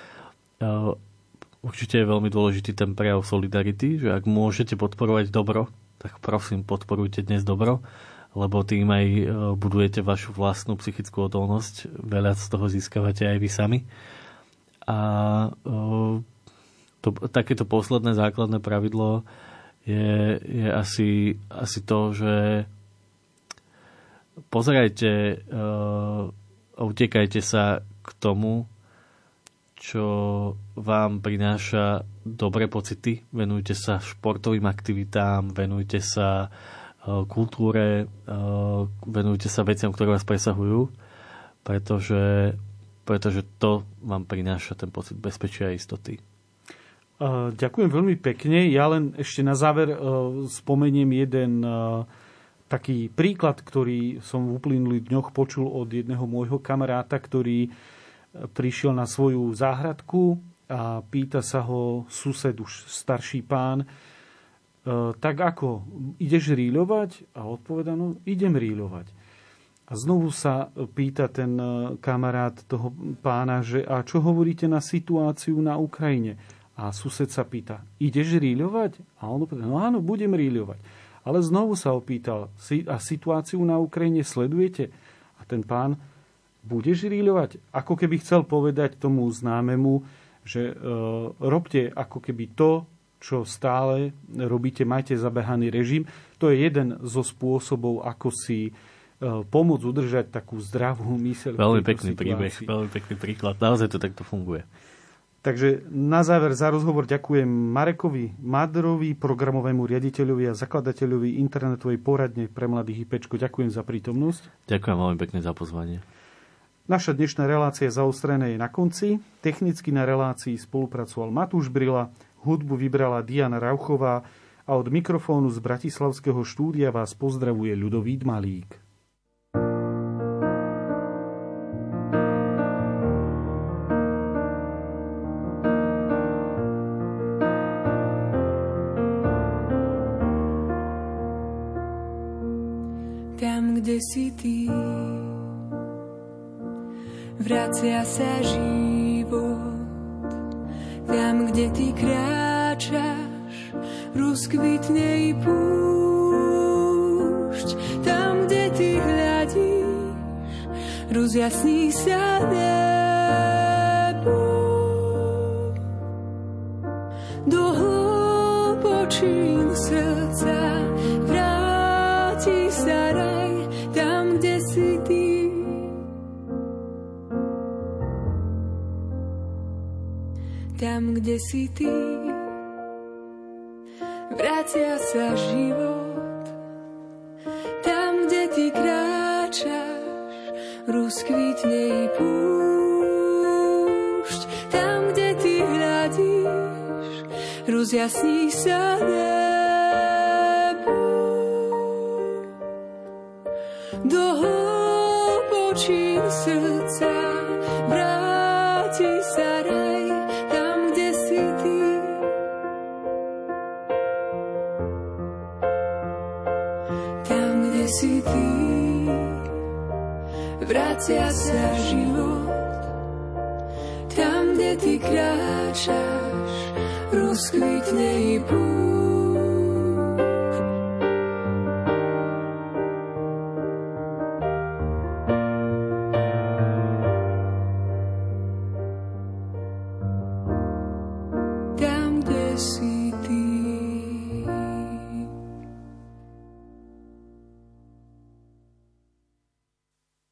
Určite je veľmi dôležitý ten prejav solidarity, že ak môžete podporovať dobro, tak prosím, podporujte dnes dobro, lebo tým aj budujete vašu vlastnú psychickú odolnosť. Veľa z toho získavate aj vy sami. A to, takéto posledné základné pravidlo je, je asi, asi to, že pozerajte a utekajte sa k tomu, čo vám prináša dobré pocity. Venujte sa športovým aktivitám, venujte sa kultúre, venujte sa veciam, ktoré vás presahujú, pretože, pretože to vám prináša ten pocit bezpečia a istoty. Ďakujem veľmi pekne. Ja len ešte na záver spomeniem jeden taký príklad, ktorý som v uplynulých dňoch počul od jedného môjho kamaráta, ktorý prišiel na svoju záhradku a pýta sa ho sused, už starší pán, tak ako, ideš rýľovať? A odpovedá, no idem rýľovať. A znovu sa pýta ten kamarát toho pána, že a čo hovoríte na situáciu na Ukrajine? A sused sa pýta, ideš rýľovať? A on povedal, no áno, budem rýľovať. Ale znovu sa opýtal, a situáciu na Ukrajine sledujete? A ten pán, budeš rýľovať? Ako keby chcel povedať tomu známemu, že e, robte ako keby to, čo stále robíte, majte zabehaný režim. To je jeden zo spôsobov, ako si pomôcť udržať takú zdravú myseľ. Veľmi pekný príbeh, veľmi pekný príklad. Naozaj to takto funguje. Takže na záver za rozhovor ďakujem Marekovi Madrovi, programovému riaditeľovi a zakladateľovi internetovej poradne pre mladých IPčko. Ďakujem za prítomnosť. Ďakujem veľmi pekne za pozvanie. Naša dnešná relácia Zaostrené je na konci. Technicky na relácii spolupracoval Matúš Brila, hudbu vybrala Diana Rauchová a od mikrofónu z bratislavského štúdia vás pozdravuje Ľudovít Malík. Tam, kde si ty, vracia sa život. Tam, kde ty kráčaš, rozkvitne i púšť. Tam, kde ty hľadíš, rozjasní sa nebo. Do hlbočín srdca vráti sa raj. Tam, kde si ty, tam, kde si ty, vracia sa život. Tam, kde ty kráčaš, rozkvitne i púšť. Tam, kde ty hľadíš, rozjasní sa nebo. Do hlbočín srdca vráti sa raj. Si ty, vracia sa život. Tam, kde ty kráčaš, rozkvitne i púšť.